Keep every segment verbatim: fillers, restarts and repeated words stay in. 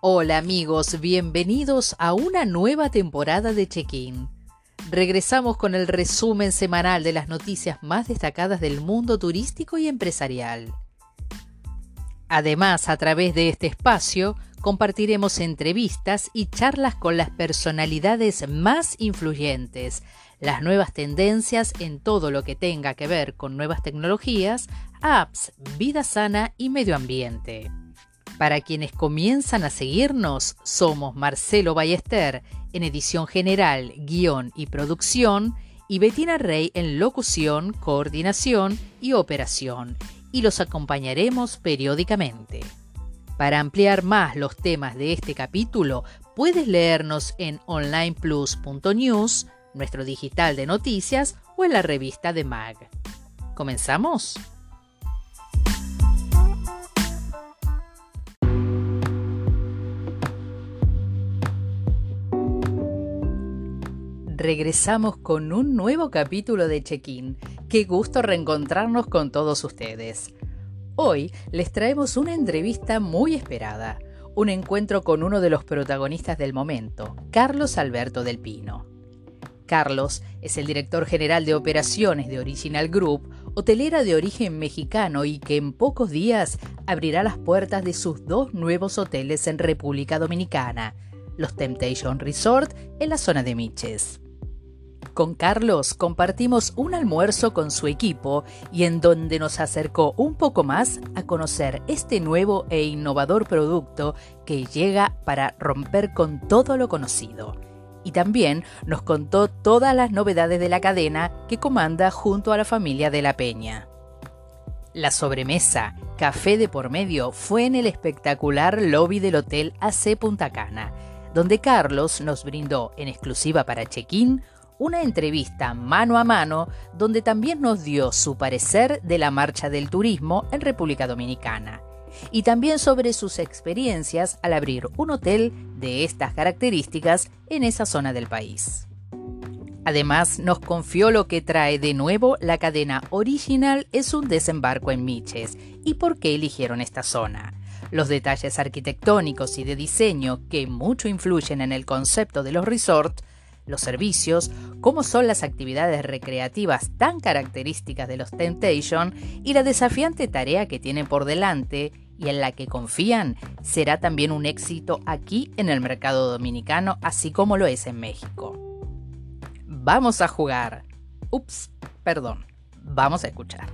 Hola amigos, bienvenidos a una nueva temporada de Check-in. Regresamos con el resumen semanal de las noticias más destacadas del mundo turístico y empresarial. Además, a través de este espacio, compartiremos entrevistas y charlas con las personalidades más influyentes, las nuevas tendencias en todo lo que tenga que ver con nuevas tecnologías, apps, vida sana y medio ambiente. Para quienes comienzan a seguirnos, somos Marcelo Ballester en edición general, guión y producción, y Bettina Rey en locución, coordinación y operación, y los acompañaremos periódicamente. Para ampliar más los temas de este capítulo, puedes leernos en online plus punto news, nuestro digital de noticias, o en la revista de Mag. ¿Comenzamos? Regresamos con un nuevo capítulo de Check-in. Qué gusto reencontrarnos con todos ustedes. Hoy les traemos una entrevista muy esperada, un encuentro con uno de los protagonistas del momento, Carlos Alberto del Pino. Carlos es el director general de operaciones de Original Group, hotelera de origen mexicano y que en pocos días abrirá las puertas de sus dos nuevos hoteles en República Dominicana, los Temptation Resort en la zona de Miches. Con Carlos compartimos un almuerzo con su equipo y en donde nos acercó un poco más a conocer este nuevo e innovador producto que llega para romper con todo lo conocido. Y también nos contó todas las novedades de la cadena que comanda junto a la familia de la Peña. La sobremesa, café de por medio, fue en el espectacular lobby del Hotel A C Punta Cana, donde Carlos nos brindó en exclusiva para Check-in una entrevista mano a mano donde también nos dio su parecer de la marcha del turismo en República Dominicana y también sobre sus experiencias al abrir un hotel de estas características en esa zona del país. Además, nos confió lo que trae de nuevo la cadena Original es un desembarco en Miches y por qué eligieron esta zona. Los detalles arquitectónicos y de diseño que mucho influyen en el concepto de los resorts, los servicios, cómo son las actividades recreativas tan características de los Temptation y la desafiante tarea que tienen por delante y en la que confían será también un éxito aquí en el mercado dominicano, así como lo es en México. Vamos a jugar. Ups, perdón. Vamos a escuchar.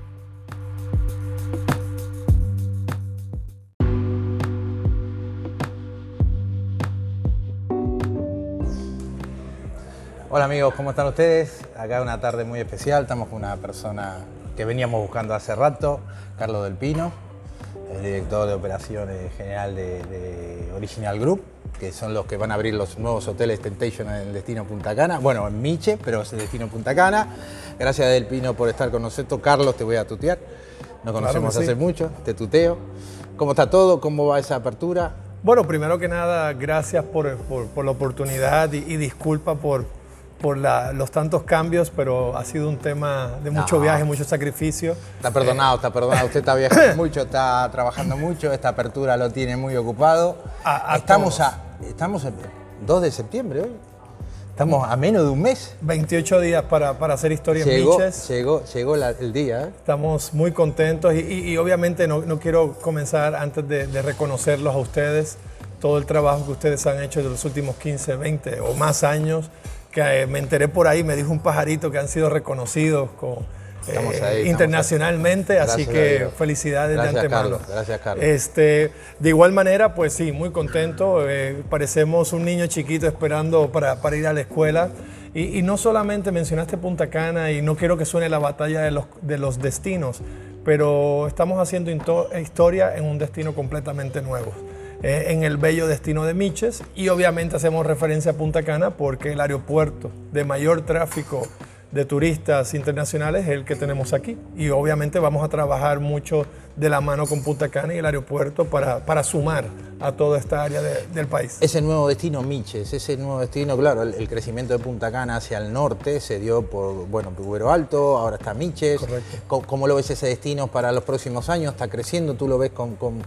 Hola amigos, ¿cómo están ustedes? Acá una tarde muy especial, estamos con una persona que veníamos buscando hace rato, Carlos del Pino, el director de operaciones general de, de Original Group, que son los que van a abrir los nuevos hoteles Temptation en el destino Punta Cana, bueno, en Miche, pero es el destino Punta Cana. Gracias Del Pino por estar con nosotros. Carlos, te voy a tutear, nos conocemos Claro que sí. hace mucho, te tuteo. ¿Cómo está todo? ¿Cómo va esa apertura? Bueno, primero que nada, gracias por, por, por la oportunidad y, y disculpa por, por la, los tantos cambios, pero ha sido un tema de mucho No. viaje, mucho sacrificio. Está perdonado, Eh, está perdonado. Usted está viajando mucho, está trabajando mucho, esta apertura lo tiene muy ocupado. A- a estamos, todos. a, estamos el dos de septiembre hoy. Estamos a menos de un mes. veintiocho días para, para hacer historia en Llegó, Miches. llegó, llegó la- el día. ¿eh? Estamos muy contentos y, y- y obviamente no, no quiero comenzar antes de, de reconocerlos a ustedes, todo el trabajo que ustedes han hecho de los últimos quince, veinte o más años, que eh, me enteré por ahí, me dijo un pajarito que han sido reconocidos con, Estamos eh, ahí, estamos internacionalmente, así Gracias a que Dios. felicidades Gracias, de antemano. Carlos, gracias, Carlos. Este, de igual manera, pues sí, muy contento, eh, parecemos un niño chiquito esperando para, para ir a la escuela. Y, y no solamente mencionaste Punta Cana y no quiero que suene la batalla de los, de los destinos, pero estamos haciendo into- historia en un destino completamente nuevo, eh, en el bello destino de Miches, y obviamente hacemos referencia a Punta Cana porque el aeropuerto de mayor tráfico de turistas internacionales es el que tenemos aquí, y obviamente vamos a trabajar mucho de la mano con Punta Cana y el aeropuerto para, para sumar a toda esta área de- del país. Ese nuevo destino Miches, ese nuevo destino, claro, el, el crecimiento de Punta Cana hacia el norte se dio por, bueno, Pigüero Alto, ahora está Miches. Correcto. ¿Cómo, cómo lo ves ese destino para los próximos años? ¿Está creciendo? ¿Tú lo ves con, con,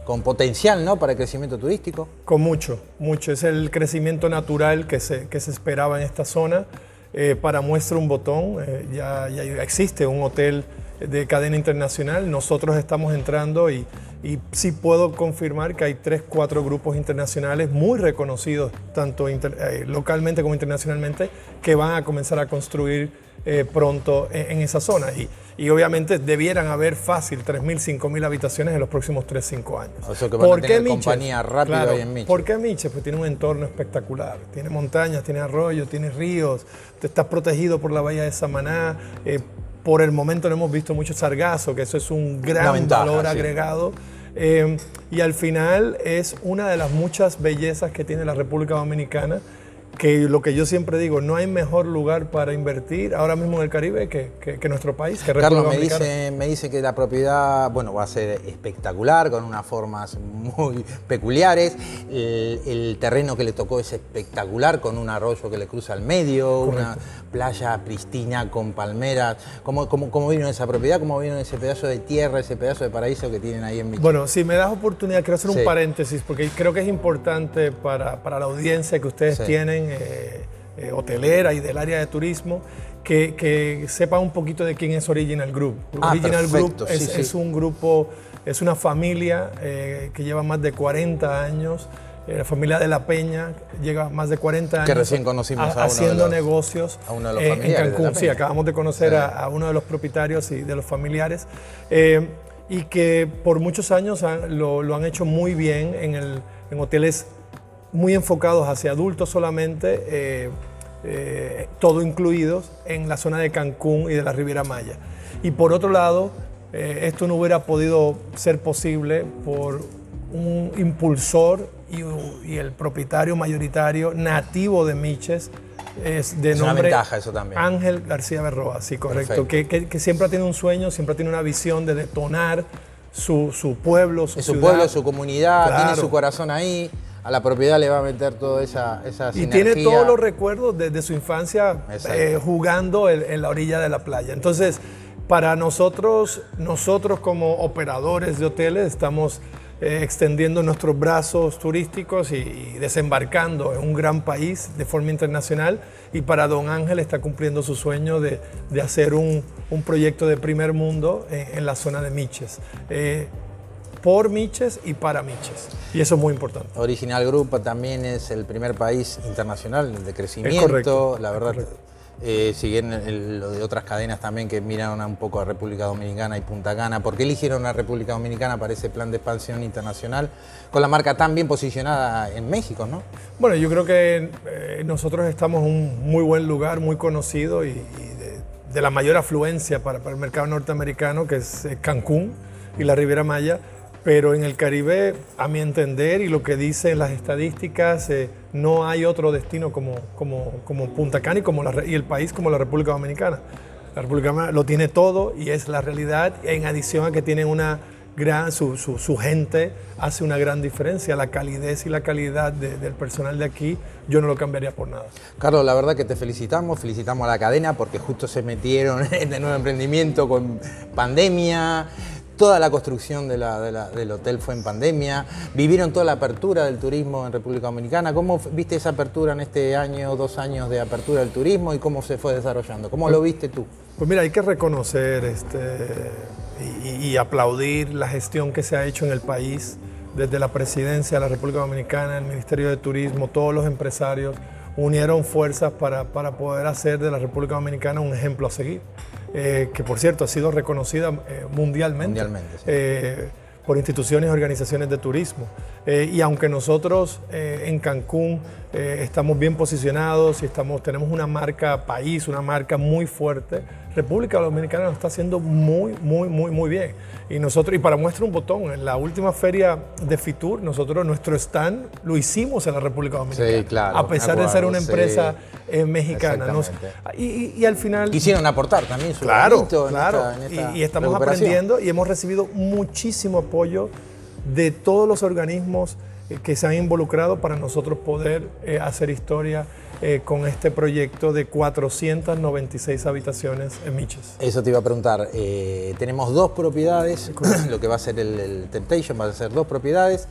con potencial, ¿no?, para el crecimiento turístico. Con mucho, mucho. Es el crecimiento natural que se, que se esperaba en esta zona. Eh, para muestra un botón, eh, ya, ya existe un hotel de cadena internacional. Nosotros estamos entrando y, y sí puedo confirmar que hay tres, cuatro grupos internacionales muy reconocidos, tanto inter, eh, localmente como internacionalmente, que van a comenzar a construir eh, pronto en, en esa zona. Y, y obviamente debieran haber fácil tres mil, cinco mil habitaciones en los próximos tres, cinco años. O sea que van a tener compañía rápida claro, ahí en Miches. ¿Por qué Miches? Pues tiene un entorno espectacular. Tiene montañas, tiene arroyos, tiene ríos. Te estás protegido por la bahía de Samaná. Eh, por el momento no hemos visto mucho sargazo, que eso es un gran ventaja, valor sí. agregado. Eh, y al final es una de las muchas bellezas que tiene la República Dominicana, que lo que yo siempre digo, no hay mejor lugar para invertir ahora mismo en el Caribe que, que, que nuestro país, que República Carlos, me Dominicana. dice, me dice que la propiedad, bueno, va a ser espectacular, con unas formas muy peculiares. El, el terreno que le tocó es espectacular, con un arroyo que le cruza al medio, correcto, una playa pristina con palmeras. ¿Cómo, cómo, cómo vino esa propiedad? ¿Cómo vino ese pedazo de tierra, ese pedazo de paraíso que tienen ahí en Miches? Bueno, si me das oportunidad, quiero hacer sí. un paréntesis, porque creo que es importante para, para la audiencia que ustedes sí. tienen, Eh, eh, hotelera y del área de turismo, que, que sepan un poquito de quién es Original Group. Ah, Original perfecto. Group es, sí, sí. es un grupo, es una familia eh, que lleva más de cuarenta años, eh, la familia de la Peña lleva más de cuarenta años. Que recién conocimos a, a haciendo uno de los, negocios a uno de los eh, familiares en Cancún. Sí, acabamos de conocer sí. a, a uno de los propietarios y de los familiares. Eh, y que por muchos años han, lo, lo han hecho muy bien en, el, en hoteles muy enfocados hacia adultos solamente, eh, eh, todo incluidos en la zona de Cancún y de la Riviera Maya. Y por otro lado, eh, esto no hubiera podido ser posible por un impulsor y, y el propietario mayoritario nativo de Miches, es de es nombre una ventaja eso también. Ángel García Berroa, sí, correcto, que, que, que siempre ha tenido un sueño, siempre tiene una visión de detonar su, su pueblo, su es ciudad. su pueblo, su comunidad, claro. tiene su corazón ahí. A la propiedad le va a meter toda esa, esa y sinergia. tiene todos los recuerdos desde su infancia eh, jugando en, en la orilla de la playa. Entonces, para nosotros, nosotros como operadores de hoteles, estamos eh, extendiendo nuestros brazos turísticos y, y desembarcando en un gran país de forma internacional. Y para don Ángel está cumpliendo su sueño de, de hacer un, un proyecto de primer mundo en, en la zona de Miches. Eh, por Miches y para Miches. Y eso es muy importante. Original Group también es el primer país internacional de crecimiento. Es correcto, la verdad, correcto. Eh, siguen lo de otras cadenas también que miraron un poco a República Dominicana y Punta Cana. ¿Por qué eligieron a República Dominicana para ese plan de expansión internacional con la marca tan bien posicionada en México, ¿no? Bueno, yo creo que eh, nosotros estamos en un muy buen lugar, muy conocido y, y de, de la mayor afluencia para, para el mercado norteamericano, que es eh, Cancún y la Riviera Maya. Pero en el Caribe, a mi entender, y lo que dicen las estadísticas, eh, no hay otro destino como, como, como Punta Cana y, como la, y el país como la República Dominicana. La República Dominicana lo tiene todo y es la realidad, en adición a que tienen una gran, su, su, su gente hace una gran diferencia. La calidez y la calidad de, del personal de aquí, yo no lo cambiaría por nada. Carlos, la verdad que te felicitamos, felicitamos a la cadena porque justo se metieron en el nuevo emprendimiento con pandemia. Toda la construcción de la, de la, del hotel fue en pandemia. Vivieron toda la apertura del turismo en República Dominicana. ¿Cómo viste esa apertura en este año, dos años de apertura del turismo y cómo se fue desarrollando? ¿Cómo lo viste tú? Pues mira, hay que reconocer este, y, y aplaudir la gestión que se ha hecho en el país desde la presidencia de la República Dominicana, el Ministerio de Turismo, todos los empresarios unieron fuerzas para, para poder hacer de la República Dominicana un ejemplo a seguir. Eh, que por cierto ha sido reconocida eh, mundialmente, mundialmente sí. eh, por instituciones y organizaciones de turismo. Eh, y aunque nosotros eh, en Cancún eh, estamos bien posicionados y estamos, tenemos una marca país, una marca muy fuerte, República Dominicana lo está haciendo muy, muy, muy, muy bien. Y nosotros, y para muestra un botón, en la última feria de Fitur, nosotros nuestro stand lo hicimos en la República Dominicana. Sí, claro. A pesar acuerdo, de ser una sí. empresa eh, mexicana. Nos, y, y, y al final... Quisieron aportar también su Claro, granito claro. En esta, en esta y, y estamos aprendiendo y hemos recibido muchísimo apoyo de todos los organismos que se han involucrado para nosotros poder eh, hacer historia eh, con este proyecto de cuatrocientas noventa y seis habitaciones en Miches. Eso te iba a preguntar. Eh, tenemos dos propiedades, lo que va a ser el, el Temptation, va a ser dos propiedades.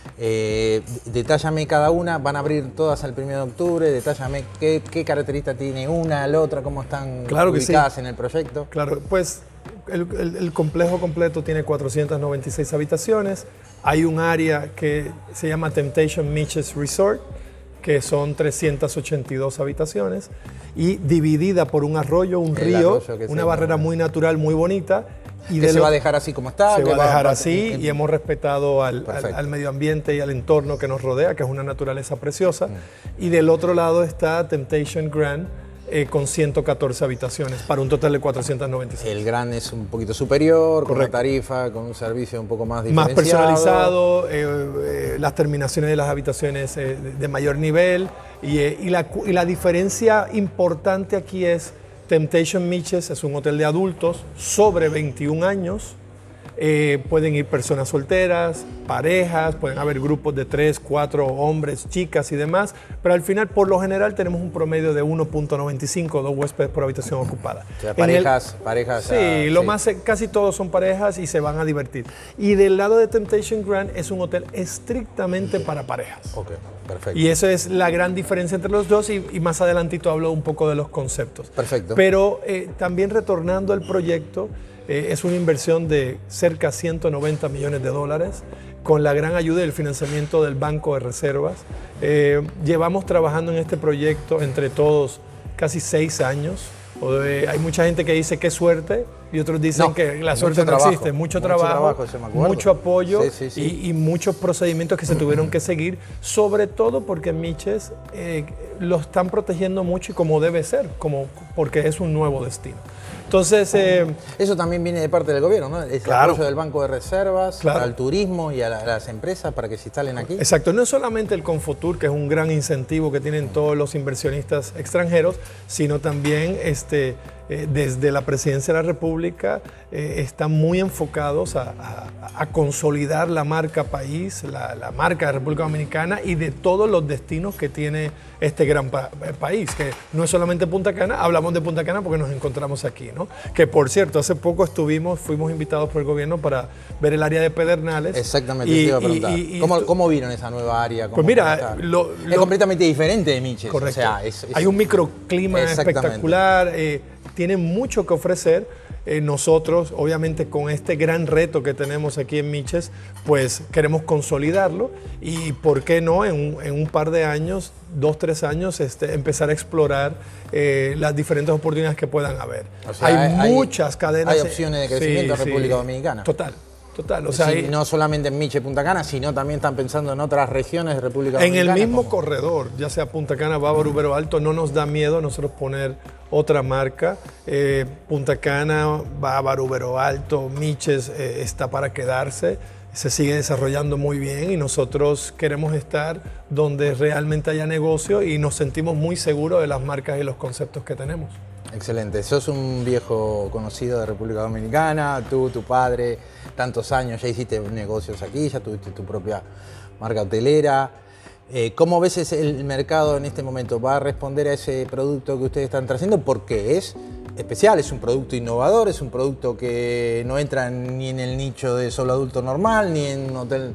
Eh, detállame cada una, van a abrir todas el primero de octubre, detállame qué, qué característica tiene una, la otra, cómo están claro ubicadas sí. en el proyecto. Claro, pues el, el, el complejo completo tiene cuatrocientas noventa y seis habitaciones. Hay un área que se llama Temptation Miches Resort, que son trescientas ochenta y dos habitaciones, y dividida por un arroyo, un el río, arroyo una barrera muy natural, muy bonita. Y que se va a dejar así como está. Se que va a dejar va, así en, y hemos respetado al, al, al medio ambiente y al entorno que nos rodea, que es una naturaleza preciosa. Mm. Y del otro lado está Temptation Grand, eh, con ciento catorce habitaciones, para un total de cuatrocientas noventa y seis. El Grand es un poquito superior, correcto, con una tarifa, con un servicio un poco más diferenciado. Más personalizado, eh, eh, las terminaciones de las habitaciones eh, de, de mayor nivel. Y, eh, y, la, y la diferencia importante aquí es Temptation Miches es un hotel de adultos sobre veintiún años. Eh, pueden ir personas solteras, parejas, pueden haber grupos de tres, cuatro hombres, chicas y demás, pero al final, por lo general, tenemos un promedio de uno punto noventa y cinco, dos huéspedes por habitación ocupada. O sea, parejas, el, parejas. Sí, ah, lo sí. más, casi todos son parejas y se van a divertir. Y del lado de Temptation Grand es un hotel estrictamente para parejas. Ok, perfecto. Y esa es la gran diferencia entre los dos y, y más adelantito hablo un poco de los conceptos. Perfecto. Pero eh, también retornando al proyecto, Eh, es una inversión de cerca de ciento noventa millones de dólares con la gran ayuda del financiamiento del Banco de Reservas. Eh, llevamos trabajando en este proyecto entre todos casi seis años. Eh, hay mucha gente que dice qué suerte y otros dicen no, que la suerte no trabajo, existe. Mucho, mucho trabajo, trabajo mucho apoyo sí, sí, sí. Y, y muchos procedimientos que se tuvieron que seguir, sobre todo porque Miches eh, lo están protegiendo mucho y como debe ser, como, porque es un nuevo destino. Entonces, eh, eso también viene de parte del gobierno, ¿no? Es claro, el apoyo del Banco de Reservas claro, al turismo y a, la, a las empresas para que se instalen aquí. Exacto, no es solamente el Confotur, que es un gran incentivo que tienen todos los inversionistas extranjeros, sino también este, eh, desde la Presidencia de la República eh, están muy enfocados a, a, a consolidar la marca país, la, la marca de República Dominicana y de todos los destinos que tiene este gran pa país, que no es solamente Punta Cana, hablamos de Punta Cana porque nos encontramos aquí, ¿no? Que por cierto, hace poco estuvimos, fuimos invitados por el gobierno para ver el área de Pedernales. Exactamente, y, te iba a preguntar. Y, y, ¿Cómo, ¿Cómo vieron esa nueva área? Pues mira, lo, es lo, completamente diferente de Miches. Correcto. O sea, es, es, hay un microclima espectacular, eh, tiene mucho que ofrecer. Eh, nosotros, obviamente, con este gran reto que tenemos aquí en Miches, pues queremos consolidarlo y, ¿por qué no?, en un, en un par de años, dos, tres años, este, empezar a explorar eh, las diferentes oportunidades que puedan haber. O sea, hay, hay muchas cadenas. Hay opciones de crecimiento sí, en República sí, Dominicana. Total. Total, o sea, sí, hay, no solamente en Miches, Punta Cana, sino también están pensando en otras regiones de República Dominicana. En el mismo como... corredor, ya sea Punta Cana, Bávaro, Ubero Alto, no nos da miedo a nosotros poner otra marca. Eh, Punta Cana, Bávaro, Ubero Alto, Miches eh, está para quedarse, se sigue desarrollando muy bien y nosotros queremos estar donde realmente haya negocio y nos sentimos muy seguros de las marcas y los conceptos que tenemos. Excelente. Sos un viejo conocido de República Dominicana, tú, tu padre, tantos años, ya hiciste negocios aquí, ya tuviste tu propia marca hotelera. Eh, ¿Cómo ves ese, el mercado en este momento? ¿Va a responder a ese producto que ustedes están trayendo? Porque es especial, es un producto innovador, es un producto que no entra ni en el nicho de solo adulto normal, ni en un hotel...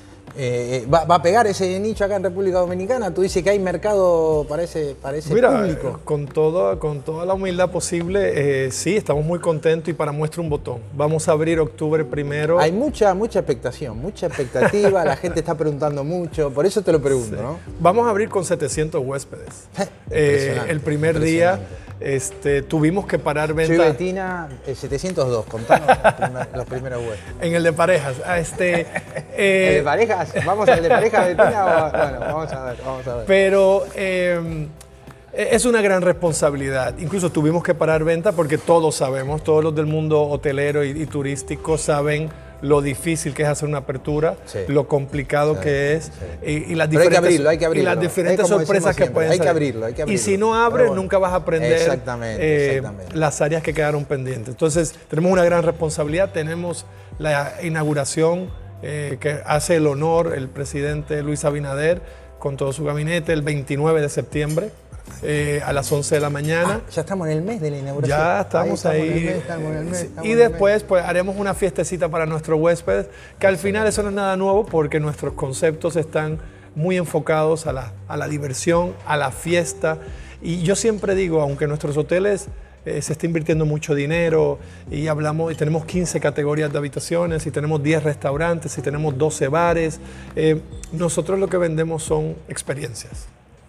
Eh, ¿va, ¿Va a pegar ese nicho acá en República Dominicana? Tú dices que hay mercado para ese, para ese Mira, público. Con, todo, con toda la humildad posible, eh, sí, estamos muy contentos y para muestra un botón. Vamos a abrir octubre primero. Hay mucha, mucha expectación, mucha expectativa, la gente está preguntando mucho, por eso te lo pregunto, sí. ¿no? Vamos a abrir con setecientos huéspedes. eh, el primer día este, tuvimos que parar venta. Yo y Betina, eh, setecientos dos, contanos los, primer, los primeros huéspedes. En el de parejas. Este, eh, ¿El de parejas? ¿Vamos al de parejas, Betina? O, bueno, vamos a ver, vamos a ver. Pero eh, es una gran responsabilidad. Incluso tuvimos que parar venta porque todos sabemos, todos los del mundo hotelero y, y turístico saben lo difícil que es hacer una apertura, sí. lo complicado sí, que es sí. y, y las Pero diferentes, hay que abrirlo, hay que abrirlo. Y las diferentes sorpresas que pueden hay salir. Que abrirlo, hay que abrirlo. Y si no abres, bueno, nunca vas a aprender exactamente, eh, exactamente. las áreas que quedaron pendientes. Entonces, tenemos una gran responsabilidad. Tenemos la inauguración eh, que hace el honor el presidente Luis Abinader con todo su gabinete el veintinueve de septiembre. eh, a las once de la mañana. Ah, ya estamos en el mes de la inauguración. Ya estamos ahí. ahí. En el mes, estamos en el mes, estamos y en el después mes. Pues haremos una fiestecita para nuestros huéspedes, que al final eso no es nada nuevo porque nuestros conceptos están muy enfocados a la, a la diversión, a la fiesta. Y yo siempre digo, aunque nuestros hoteles eh, se está invirtiendo mucho dinero y hablamos y tenemos quince categorías de habitaciones y tenemos diez restaurantes y tenemos doce bares, eh, nosotros lo que vendemos son experiencias.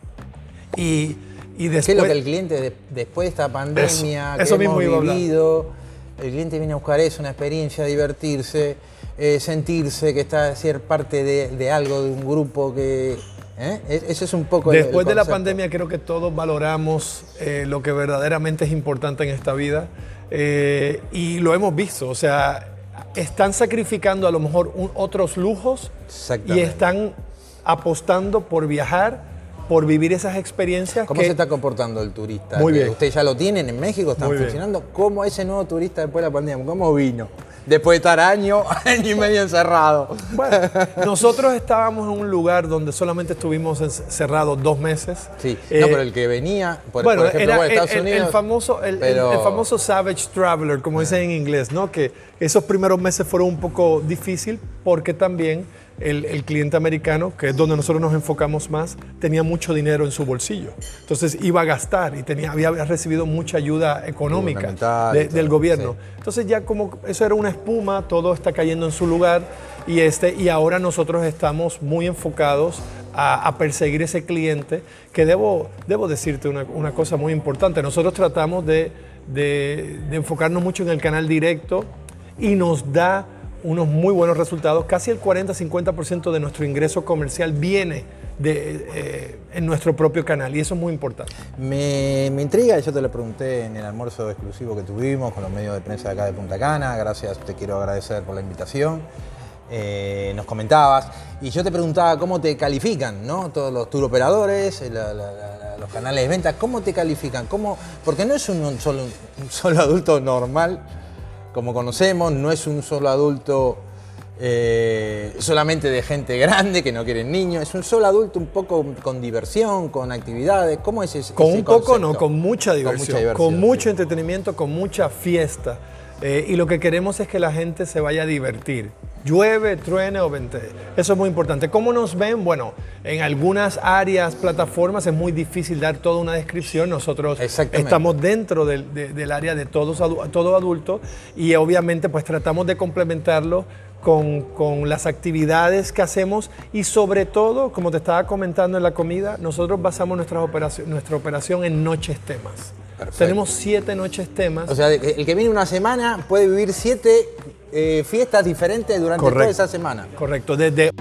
Y, y después, ¿qué es lo que el cliente de, después de esta pandemia eso, eso que mismo hemos vivido, el cliente viene a buscar eso, una experiencia, divertirse, eh, sentirse que está a ser parte de, de algo, de un grupo que... ¿Eh? Eso es un poco Después el, el de la pandemia creo que todos valoramos eh, lo que verdaderamente es importante en esta vida eh, y lo hemos visto, o sea, están sacrificando a lo mejor un, otros lujos y están apostando por viajar, por vivir esas experiencias. ¿Cómo que... se está comportando el turista? Muy bien. Ustedes ya lo tienen en México, están Muy funcionando. Bien. ¿Cómo ese nuevo turista después de la pandemia? ¿Cómo vino? Después de estar año, año y medio encerrado. Bueno, nosotros estábamos en un lugar donde solamente estuvimos cerrados dos meses. Sí, eh, no, pero el que venía, por, bueno, por ejemplo, era bueno, Estados el, Unidos... El famoso, el, pero... el, el famoso Savage Traveler, como dicen en inglés, ¿no? Que esos primeros meses fueron un poco difícil porque también el, el cliente americano, que es donde nosotros nos enfocamos más, tenía mucho dinero en su bolsillo. Entonces iba a gastar y tenía, había recibido mucha ayuda económica de, del gobierno. Sí. Entonces ya como eso era una espuma, todo está cayendo en su lugar y, este, y ahora nosotros estamos muy enfocados a, a perseguir ese cliente, que debo, debo decirte una, una cosa muy importante. Nosotros tratamos de, de, de enfocarnos mucho en el canal directo y nos da unos muy buenos resultados. Casi el cuarenta a cincuenta por ciento de nuestro ingreso comercial viene de, eh, en nuestro propio canal y eso es muy importante. Me, me intriga, yo te lo pregunté en el almuerzo exclusivo que tuvimos con los medios de prensa de acá de Punta Cana. Gracias, te quiero agradecer por la invitación. Eh, nos comentabas y yo te preguntaba cómo te califican, ¿no? Todos los tour operadores, la, la, la, los canales de venta, ¿cómo te califican? ¿Cómo? Porque no es un, un, solo, un solo adulto normal como conocemos, no es un solo adulto eh, solamente de gente grande que no quieren niños, es un solo adulto un poco con diversión, con actividades. ¿Cómo es ese Con ese un poco concepto? no, con mucha diversión, con, mucha diversión, con mucho sí. entretenimiento, con mucha fiesta. Eh, y lo que queremos es que la gente se vaya a divertir. Llueve, truene o vente. Eso es muy importante. ¿Cómo nos ven? Bueno, en algunas áreas, plataformas, es muy difícil dar toda una descripción. Nosotros estamos dentro del, de, del área de todos, todo adulto y obviamente pues tratamos de complementarlo con, con las actividades que hacemos y sobre todo, como te estaba comentando en la comida, nosotros basamos nuestras operación, nuestra operación en noches temas. Perfecto. Tenemos siete noches temas. O sea, el que viene una semana puede vivir siete eh, fiestas diferentes durante Correcto. toda esa semana. Correcto. Desde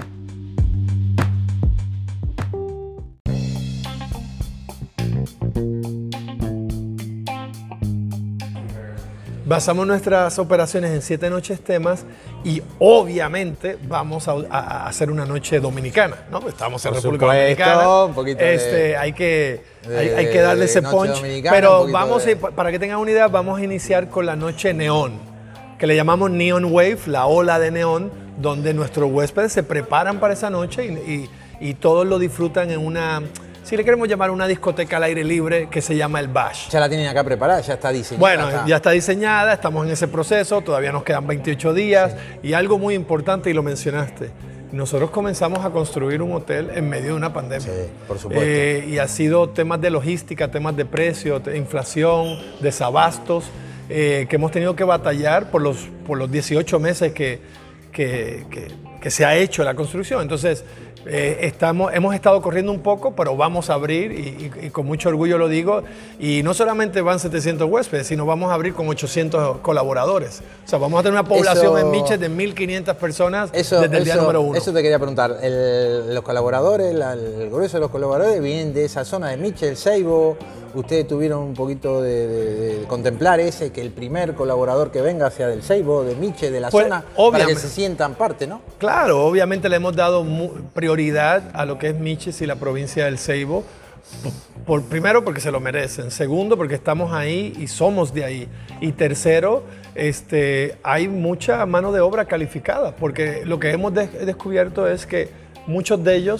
basamos nuestras operaciones en siete noches temas y obviamente vamos a, a hacer una noche dominicana, ¿no? Estamos en Por República supuesto, Dominicana. Un poquito este, de, hay, que, de, hay, hay que darle ese punch. Pero vamos, de... a, para que tengan una idea, vamos a iniciar con la noche neón, que le llamamos Neon Wave, la ola de neón, donde nuestros huéspedes se preparan para esa noche y, y, y todos lo disfrutan en una... Si le queremos llamar una discoteca al aire libre que se llama el Bash. Ya la tienen acá preparada, ya está diseñada. Bueno, acá. ya está diseñada, estamos en ese proceso, todavía nos quedan veintiocho días. Sí. Y algo muy importante, y lo mencionaste, nosotros comenzamos a construir un hotel en medio de una pandemia. Sí, por supuesto. Eh, y ha sido temas de logística, temas de precio, de inflación, desabastos, eh, que hemos tenido que batallar por los, por los dieciocho meses que, que, que, que se ha hecho la construcción. Entonces, Eh, estamos, hemos estado corriendo un poco, pero vamos a abrir y, y, y con mucho orgullo lo digo. Y no solamente van setecientos huéspedes, sino vamos a abrir con ochocientos colaboradores. O sea, vamos a tener una población eso, en Miches de mil quinientas personas eso, desde el eso, día número uno. Eso te quería preguntar. El, los colaboradores, la, el grueso de los colaboradores vienen de esa zona de Miches, el Seibo. Ustedes tuvieron un poquito de, de, de contemplar ese, que el primer colaborador que venga sea del Seibo, de Miches, de la pues, zona, para que se sientan parte, ¿no? Claro, obviamente le hemos dado prioridad a lo que es Miches y la provincia del Seibo. Por, primero, porque se lo merecen. Segundo, porque estamos ahí y somos de ahí. Y tercero, este, hay mucha mano de obra calificada, porque lo que hemos de descubierto es que muchos de ellos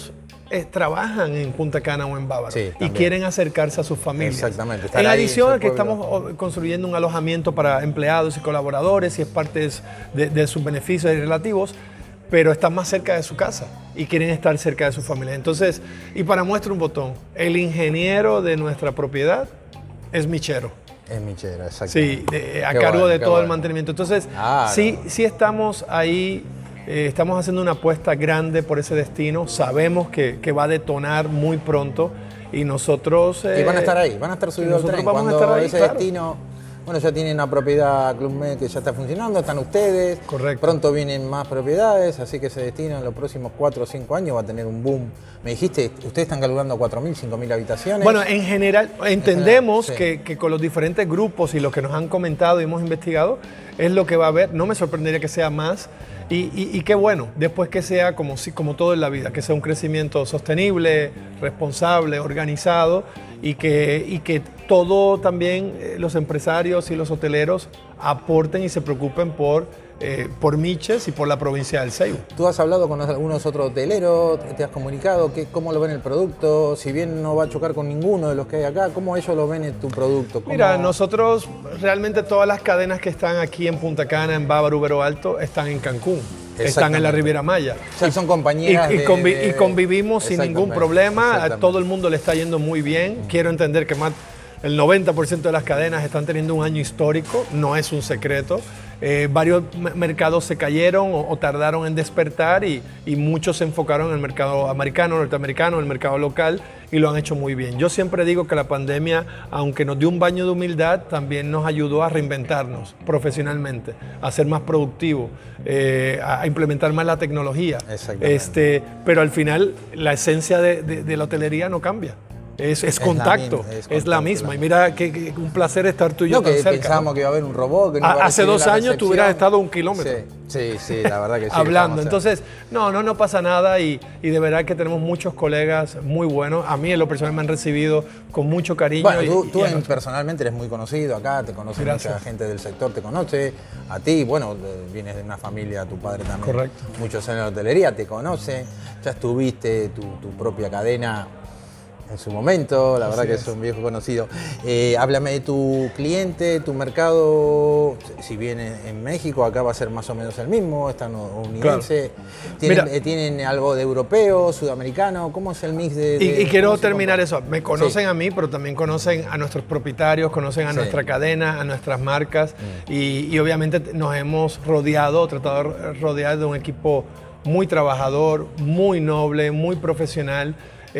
eh, trabajan en Punta Cana o en Bávaro Sí, y quieren acercarse a sus familias. Exactamente. Estar En ahí, adición ese a que pueblo. estamos construyendo un alojamiento para empleados y colaboradores y es parte de, de sus beneficios relativos, pero están más cerca de su casa y quieren estar cerca de su familia. Entonces, y para muestra un botón, el ingeniero de nuestra propiedad es michero. Es michero, exacto. Sí, de, a Qué cargo bueno, de qué todo bueno. el mantenimiento. Entonces, Claro. sí, sí estamos ahí, eh, estamos haciendo una apuesta grande por ese destino. Sabemos que, que va a detonar muy pronto y nosotros... Y eh, van a estar ahí, van a estar subidos al nosotros tren. vamos a Cuando estar ahí, ese claro. destino, bueno, ya tienen una propiedad Club Med que ya está funcionando, están ustedes. Correcto. Pronto vienen más propiedades, así que ese destino en los próximos cuatro o cinco años va a tener un boom. Me dijiste, ustedes están calculando cuatro mil, cinco mil habitaciones. Bueno, en general, entendemos sí. que, que con los diferentes grupos y lo que nos han comentado y hemos investigado, es lo que va a haber. No me sorprendería que sea más. Y, y, y qué bueno, después que sea como, si- como todo en la vida, que sea un crecimiento sostenible, responsable, organizado y que, y que todo también eh, los empresarios y los hoteleros aporten y se preocupen por, eh, por Miches y por la provincia del Ceibo. Tú has hablado con algunos otros hoteleros, te has comunicado, ¿qué, cómo lo ven el producto? Si bien no va a chocar con ninguno de los que hay acá, ¿cómo ellos lo ven en tu producto? ¿Cómo- Mira, nosotros realmente todas las cadenas que están aquí en Punta Cana, en Bávaro, Ubero Alto, están en Cancún, están en la Riviera Maya. O sea, son Y, compañeras y de- convi- de- y convivimos sin ningún Exactamente, problema, a exactamente. todo el mundo le está yendo muy bien. Quiero entender que más el noventa por ciento de las cadenas están teniendo un año histórico, no es un secreto. Eh, varios me- mercados se cayeron o, o tardaron en despertar y, y muchos se enfocaron en el mercado americano, norteamericano, en el mercado local y lo han hecho muy bien. Yo siempre digo que la pandemia, aunque nos dio un baño de humildad, también nos ayudó a reinventarnos profesionalmente, a ser más productivos, eh, a a implementar más la tecnología. Exactamente. Este, pero al final la esencia de, de- de la hotelería no cambia. Es, es la contacto, misma, es es, contacto, la misma. la Y mira, que, que un placer estar tú y yo No, tan que cerca. pensábamos ¿no? que iba a haber un robot. Que no A- iba a hace recibir dos la años tú hubieras recepción. estado a un kilómetro. Sí, sí, sí, la verdad que sí. Hablando. estamos cerca. Entonces, no, no, no pasa nada y, y de verdad que tenemos muchos colegas muy buenos. A mí en lo personal me han recibido con mucho cariño. Bueno, y- tú, y tú a en- nosotros. personalmente eres muy conocido acá, te conoce Gracias. mucha gente del sector, te conoce a ti, bueno, de- vienes de una familia, tu padre también. Correcto. Muchos en la hotelería te conoce, ya estuviste tu, tu propia cadena en su momento, la verdad Así que es. es un viejo conocido. Eh, háblame de tu cliente, tu mercado, si bien en, en México, acá va a ser más o menos el mismo, estadounidense. ¿Tienen, Mira. eh, ¿Tienen algo de europeo, sudamericano? ¿Cómo es el mix de...? Y, de- y quiero cómo se terminar compone? eso. Me conocen Sí. a mí, pero también conocen a nuestros propietarios, conocen a Sí. nuestra cadena, a nuestras marcas. Mm. Y, y obviamente nos hemos rodeado, tratado de rodear de un equipo muy trabajador, muy noble, muy profesional.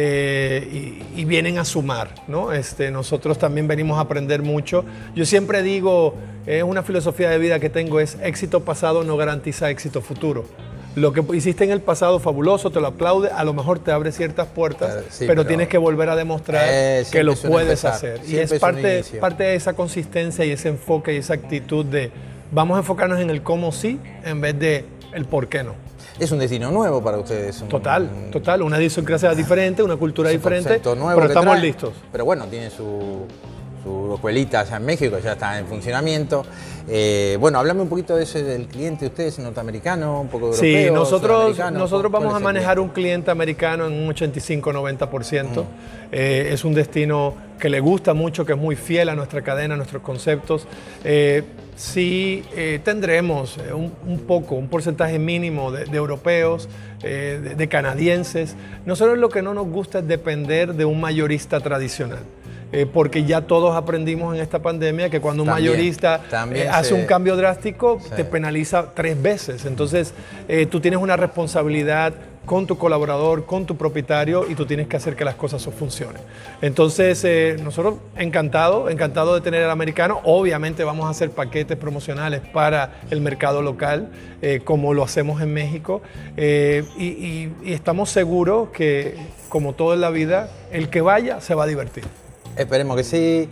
eh, y, y vienen a sumar, ¿no? Este, nosotros también venimos a aprender mucho. Yo siempre digo, es una filosofía de vida que tengo, es éxito pasado no garantiza éxito futuro. Lo que hiciste en el pasado fabuloso, te lo aplaude, a lo mejor te abre ciertas puertas, Claro, sí, pero, pero- tienes que volver a demostrar Eh, que siempre lo es un puedes empezar, hacer. Y siempre es es un parte, inicio. parte de esa consistencia y ese enfoque y esa actitud de vamos a enfocarnos en el cómo sí en vez de el por qué no. Es un destino nuevo para ustedes. un- Total, un- total, una idiosincrasia diferente, una cultura es un diferente, concepto nuevo pero que estamos trae. listos. Pero bueno, tiene su, su escuelita allá en México, ya está en funcionamiento. Eh, bueno, háblame un poquito de ese del cliente de ustedes, norteamericano, un poco europeo. Sí, nosotros, sudamericano. nosotros ¿Cuál vamos es a el manejar cliente? un cliente americano en un ochenta y cinco a noventa por ciento. Eh, es un destino que le gusta mucho, que es muy fiel a nuestra cadena, a nuestros conceptos. Eh, sí eh, tendremos eh, un, un poco, un porcentaje mínimo de, de europeos, eh, de, de canadienses. Nosotros lo que no nos gusta es depender de un mayorista tradicional. Eh, porque ya todos aprendimos en esta pandemia que cuando un También, mayorista también eh, hace se- un cambio drástico, Sí. te penaliza tres veces. Entonces, eh, tú tienes una responsabilidad con tu colaborador, con tu propietario y tú tienes que hacer que las cosas funcionen. Entonces, eh, nosotros encantados, encantados de tener al americano. Obviamente vamos a hacer paquetes promocionales para el mercado local, eh, como lo hacemos en México. Eh, y, y- y estamos seguros que, como todo en la vida, el que vaya se va a divertir. Esperemos que sí.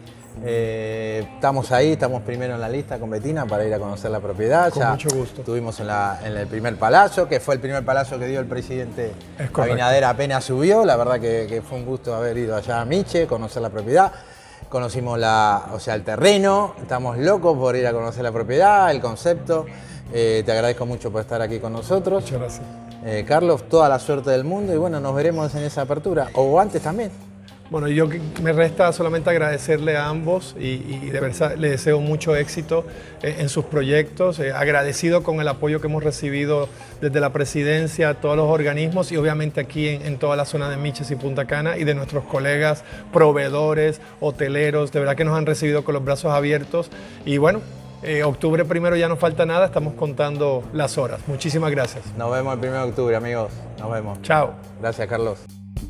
Eh, estamos ahí, estamos primero en la lista con Betina para ir a conocer la propiedad. Con mucho gusto. Estuvimos en, la- en el primer palacio, que fue el primer palacio que dio el presidente Es correcto. Abinader apenas subió. La verdad que, que fue un gusto haber ido allá a Miche, conocer la propiedad. Conocimos la, o sea, el terreno, estamos locos por ir a conocer la propiedad, el concepto. Eh, te agradezco mucho por estar aquí con nosotros. Muchas gracias. Eh, Carlos, toda la suerte del mundo y bueno, nos veremos en esa apertura, o antes también. Bueno, yo me resta solamente agradecerle a ambos y, y de verdad les deseo mucho éxito en sus proyectos, eh, agradecido con el apoyo que hemos recibido desde la presidencia, todos los organismos y obviamente aquí en, en toda la zona de Miches y Punta Cana y de nuestros colegas, proveedores, hoteleros, de verdad que nos han recibido con los brazos abiertos y bueno, eh, octubre primero ya no falta nada, estamos contando las horas. Muchísimas gracias. Nos vemos el primero de octubre, amigos. Nos vemos. Chao. Gracias, Carlos.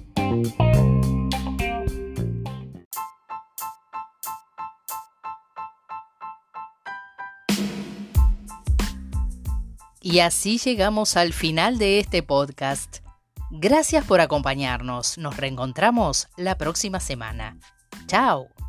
Y así llegamos al final de este podcast. Gracias por acompañarnos. Nos reencontramos la próxima semana. ¡Chao!